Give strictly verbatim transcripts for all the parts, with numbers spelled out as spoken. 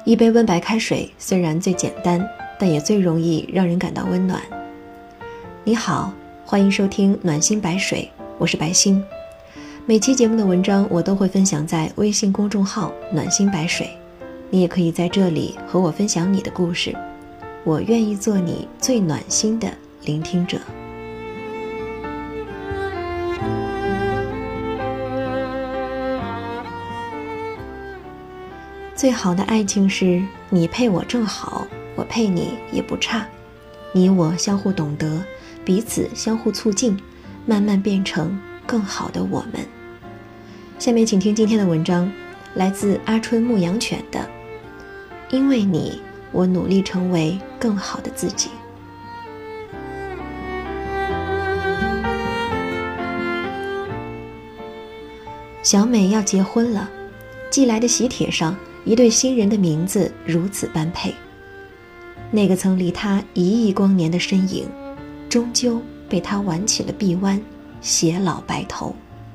一杯温白开水虽然最简单，但也最容易让人感到温暖。你好，欢迎收听暖心白水，我是白心。每期节目的文章我都会分享在微信公众号暖心白水，你也可以在这里和我分享你的故事，我愿意做你最暖心的聆听者。最好的爱情是你配我正好，我配你也不差，你我相互懂得，彼此相互促进，慢慢变成更好的我们。下面请听今天的文章，来自阿春牧羊犬的因为你，我努力成为更好的自己。小美要结婚了，寄来的喜帖上一对新人的名字如此般配，那个曾离她一亿光年的身影，终究被她挽起了臂弯，偕老白头。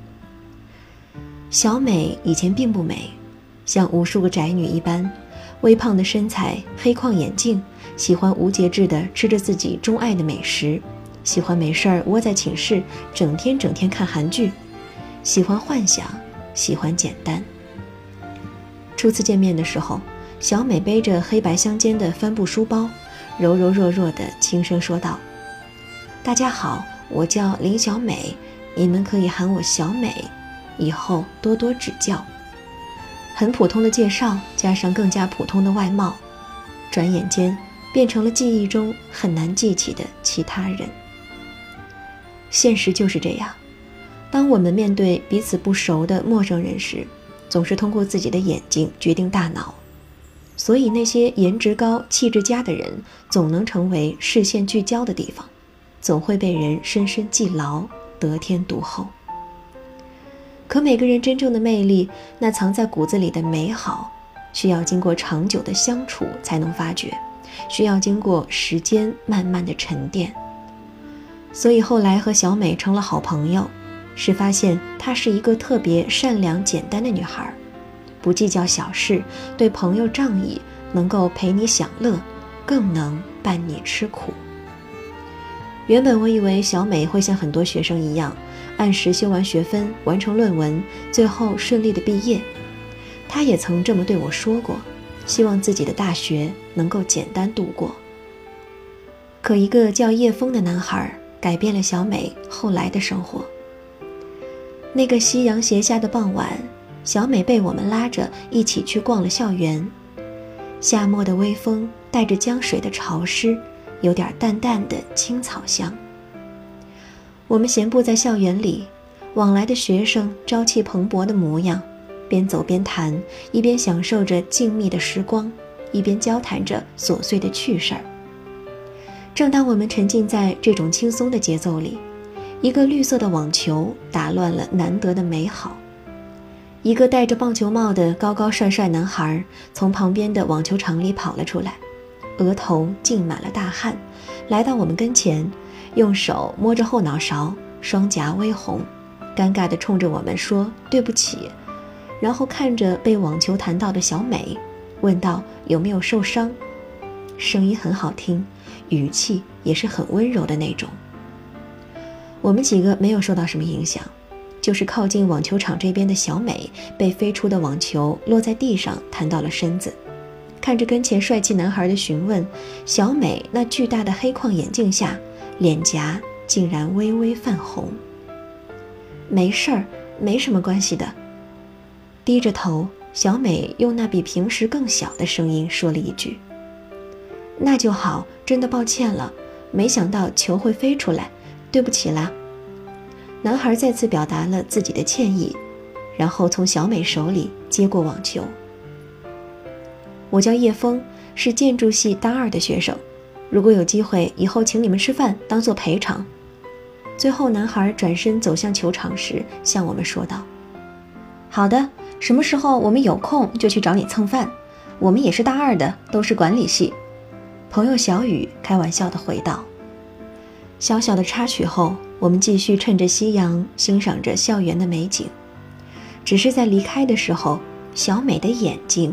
小美以前并不美，像无数个宅女一般，微胖的身材，黑框眼镜，喜欢无节制地吃着自己钟爱的美食，喜欢没事儿窝在寝室整天整天看韩剧，喜欢幻想，喜欢简单。初次见面的时候，小美背着黑白相间的帆布书包，柔柔弱弱地轻声说道：大家好，我叫林小美，你们可以喊我小美，以后多多指教。很普通的介绍加上更加普通的外貌，转眼间变成了记忆中很难记起的其他人。现实就是这样，当我们面对彼此不熟的陌生人时，总是通过自己的眼睛决定大脑，所以那些颜值高气质佳的人总能成为视线聚焦的地方，总会被人深深记牢，得天独厚。可每个人真正的魅力，那藏在骨子里的美好，需要经过长久的相处才能发掘，需要经过时间慢慢的沉淀。所以后来和小美成了好朋友，是发现她是一个特别善良简单的女孩，不计较小事，对朋友仗义，能够陪你享乐，更能伴你吃苦。原本我以为小美会像很多学生一样，按时修完学分，完成论文，最后顺利的毕业。她也曾这么对我说过，希望自己的大学能够简单度过。可一个叫叶枫的男孩改变了小美后来的生活。那个夕阳斜下的傍晚，小美被我们拉着一起去逛了校园。夏末的微风带着江水的潮湿，有点淡淡的青草香。我们闲步在校园里，往来的学生朝气蓬勃的模样，边走边谈，一边享受着静谧的时光，一边交谈着琐碎的趣事儿。正当我们沉浸在这种轻松的节奏里，一个绿色的网球打乱了难得的美好。一个戴着棒球帽的高高帅帅男孩从旁边的网球场里跑了出来，额头浸满了大汗，来到我们跟前，用手摸着后脑勺，双颊微红，尴尬地冲着我们说对不起，然后看着被网球弹到的小美，问道有没有受伤。声音很好听，语气也是很温柔的那种。我们几个没有受到什么影响，就是靠近网球场这边的小美被飞出的网球落在地上弹到了身子。看着跟前帅气男孩的询问，小美那巨大的黑框眼镜下，脸颊竟然微微泛红。没事儿，没什么关系的。低着头，小美用那比平时更小的声音说了一句：那就好，真的抱歉了，没想到球会飞出来，对不起啦。男孩再次表达了自己的歉意，然后从小美手里接过网球。我叫叶枫，是建筑系大二的学生，如果有机会以后请你们吃饭当做赔偿。最后男孩转身走向球场时向我们说道：好的，什么时候我们有空就去找你蹭饭，我们也是大二的，都是管理系。朋友小雨开玩笑地回道。小小的插曲后，我们继续趁着夕阳欣赏着校园的美景。只是在离开的时候，小美的眼睛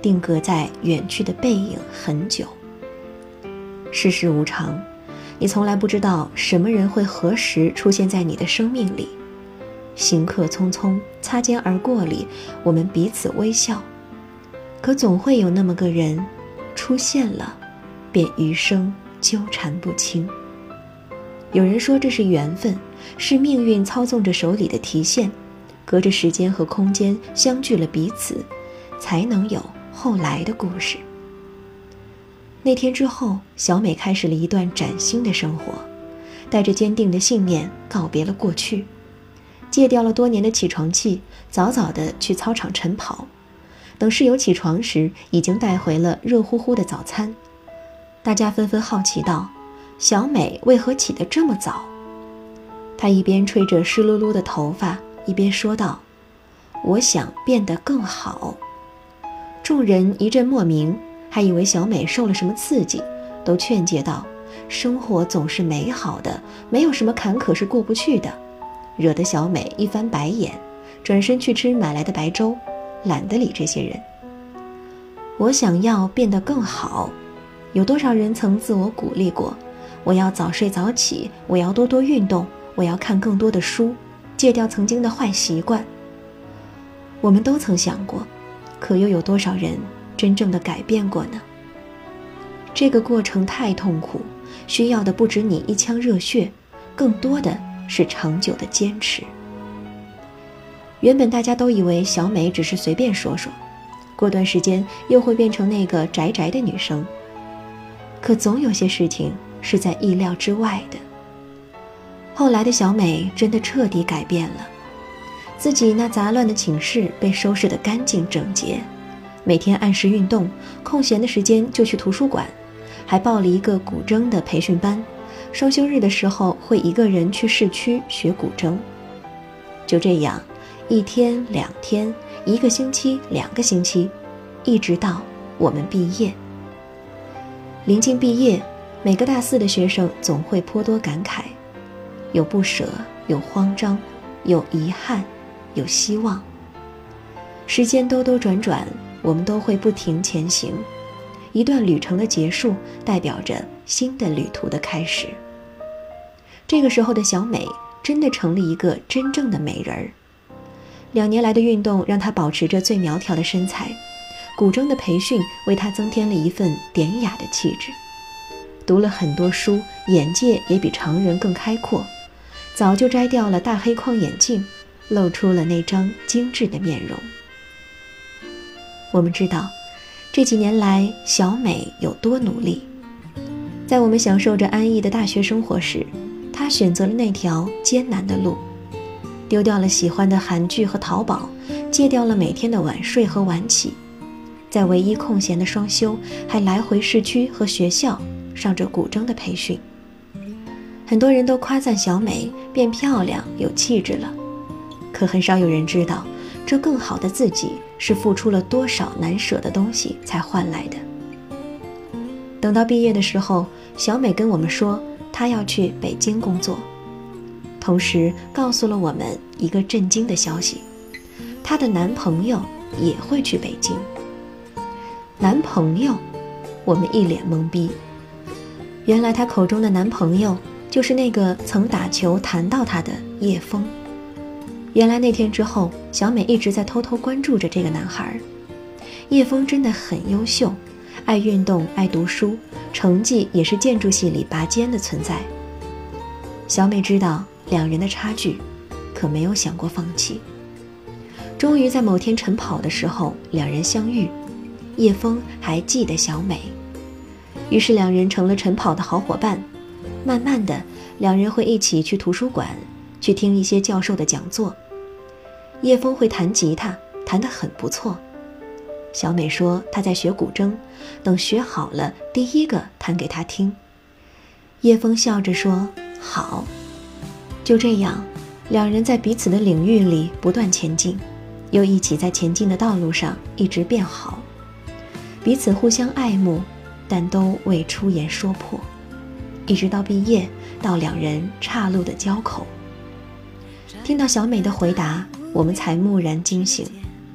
定格在远去的背影很久。世事无常，你从来不知道什么人会何时出现在你的生命里。行客匆匆，擦肩而过里，我们彼此微笑。可总会有那么个人出现了，便余生纠缠不清。有人说这是缘分，是命运操纵着手里的提线，隔着时间和空间相聚了彼此，才能有后来的故事。那天之后，小美开始了一段崭新的生活，带着坚定的信念告别了过去，戒掉了多年的起床气，早早地去操场晨跑。等室友起床时，已经带回了热乎乎的早餐。大家纷纷好奇道：小美为何起得这么早？她一边吹着湿漉漉的头发，一边说道：我想变得更好。众人一阵莫名，还以为小美受了什么刺激，都劝诫道：生活总是美好的，没有什么坎坷是过不去的，惹得小美一翻白眼，转身去吃买来的白粥，懒得理这些人。我想要变得更好，有多少人曾自我鼓励过？我要早睡早起，我要多多运动，我要看更多的书，戒掉曾经的坏习惯。我们都曾想过，可又有多少人真正的改变过呢？这个过程太痛苦，需要的不止你一腔热血，更多的是长久的坚持。原本大家都以为小美只是随便说说，过段时间又会变成那个宅宅的女生，可总有些事情是在意料之外的。后来的小美真的彻底改变了，自己那杂乱的寝室被收拾得干净整洁，每天按时运动，空闲的时间就去图书馆，还报了一个古筝的培训班，双休日的时候会一个人去市区学古筝。就这样，一天两天，一个星期两个星期，一直到我们毕业。临近毕业，每个大四的学生总会颇多感慨，有不舍，有慌张，有遗憾，有希望。时间兜兜转转，我们都会不停前行，一段旅程的结束代表着新的旅途的开始。这个时候的小美真的成了一个真正的美人儿。两年来的运动让她保持着最苗条的身材，古筝的培训为她增添了一份典雅的气质。读了很多书，眼界也比常人更开阔，早就摘掉了大黑框眼镜，露出了那张精致的面容。我们知道这几年来小美有多努力。在我们享受着安逸的大学生活时，她选择了那条艰难的路，丢掉了喜欢的韩剧和淘宝，戒掉了每天的晚睡和晚起，在唯一空闲的双休还来回市区和学校上着古筝的培训。很多人都夸赞小美变漂亮有气质了，可很少有人知道，这更好的自己是付出了多少难舍的东西才换来的。等到毕业的时候，小美跟我们说她要去北京工作，同时告诉了我们一个震惊的消息，她的男朋友也会去北京。男朋友？我们一脸懵逼。原来她口中的男朋友就是那个曾打球谈到她的叶枫。原来那天之后，小美一直在偷偷关注着这个男孩。叶枫真的很优秀，爱运动，爱读书，成绩也是建筑系里拔尖的存在。小美知道两人的差距，可没有想过放弃。终于在某天晨跑的时候，两人相遇，叶枫还记得小美，于是两人成了晨跑的好伙伴。慢慢的，两人会一起去图书馆，去听一些教授的讲座。叶枫会弹吉他，弹得很不错。小美说她在学古筝，等学好了，第一个弹给她听。叶枫笑着说好。就这样，两人在彼此的领域里不断前进，又一起在前进的道路上一直变好，彼此互相爱慕，但都未出言说破，一直到毕业，到两人岔路的交口。听到小美的回答，我们才蓦然惊醒。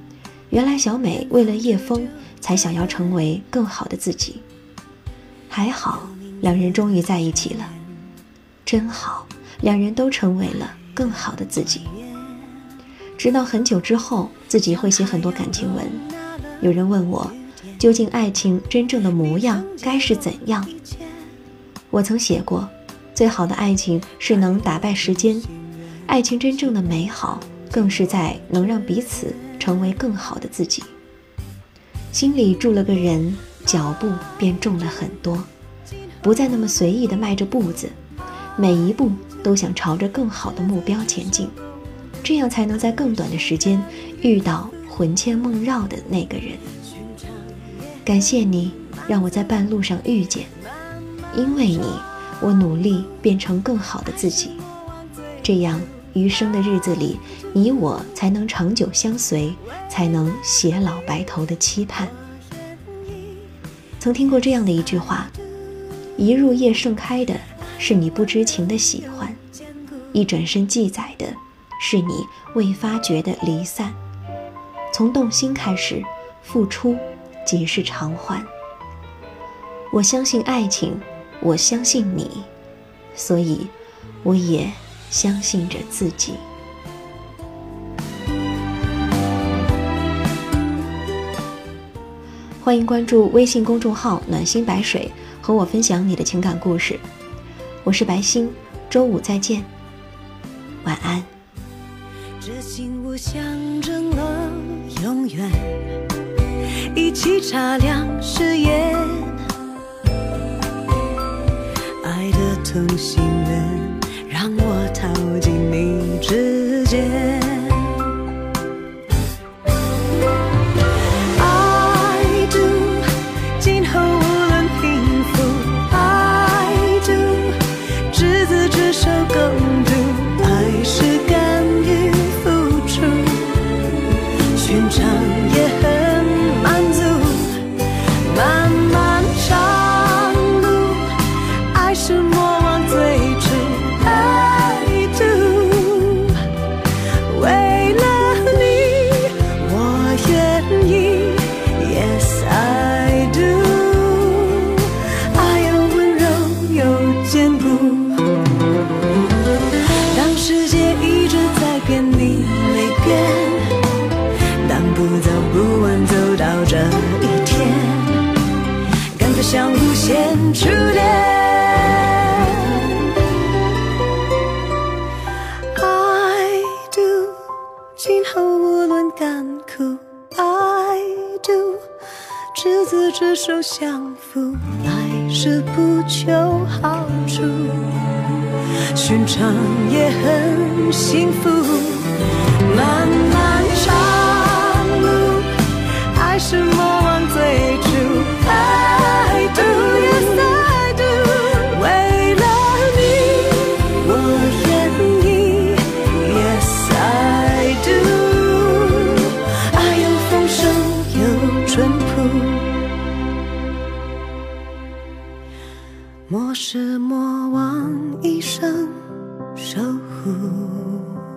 原来小美为了叶枫才想要成为更好的自己。还好，两人终于在一起了。真好，两人都成为了更好的自己。直到很久之后，自己会写很多感情文。有人问我，究竟爱情真正的模样该是怎样？我曾写过，最好的爱情是能打败时间，爱情真正的美好更是在能让彼此成为更好的自己。心里住了个人，脚步便重了很多，不再那么随意地迈着步子，每一步都想朝着更好的目标前进，这样才能在更短的时间遇到魂牵梦绕的那个人。感谢你让我在半路上遇见，因为你，我努力变成更好的自己，这样余生的日子里，你我才能长久相随，才能偕老白头的期盼。曾听过这样的一句话，一入夜盛开的是你不知情的喜欢，一转身记载的是你未发觉的离散。从动心开始，付出即是偿还。我相信爱情，我相信你，所以我也相信着自己。欢迎关注微信公众号暖心白水，和我分享你的情感故事。我是白昕，周五再见，晚安。 这心我象征了永远，一起擦亮誓言，爱的同心圆让我逃进你指尖。I do， 今后无论贫富 I do， 执子之手共度，爱是甘于付出，寻常也很满足，漫漫长路，爱是莫忘最初。I do， 为了你，我愿意。Yes I do， 爱有温柔又坚固。当世界一直在变，你没变。当不早不晚走到这一天，感觉像无限初恋。I do， 今后无论甘苦 I do， 执子之手相扶，爱是不求好处，寻常也很幸福，漫漫长路，爱是莫忘最初。I do， yes I do， 为了你，我愿意。Yes I do， 爱有丰盛有淳朴，莫失莫忘一生守护。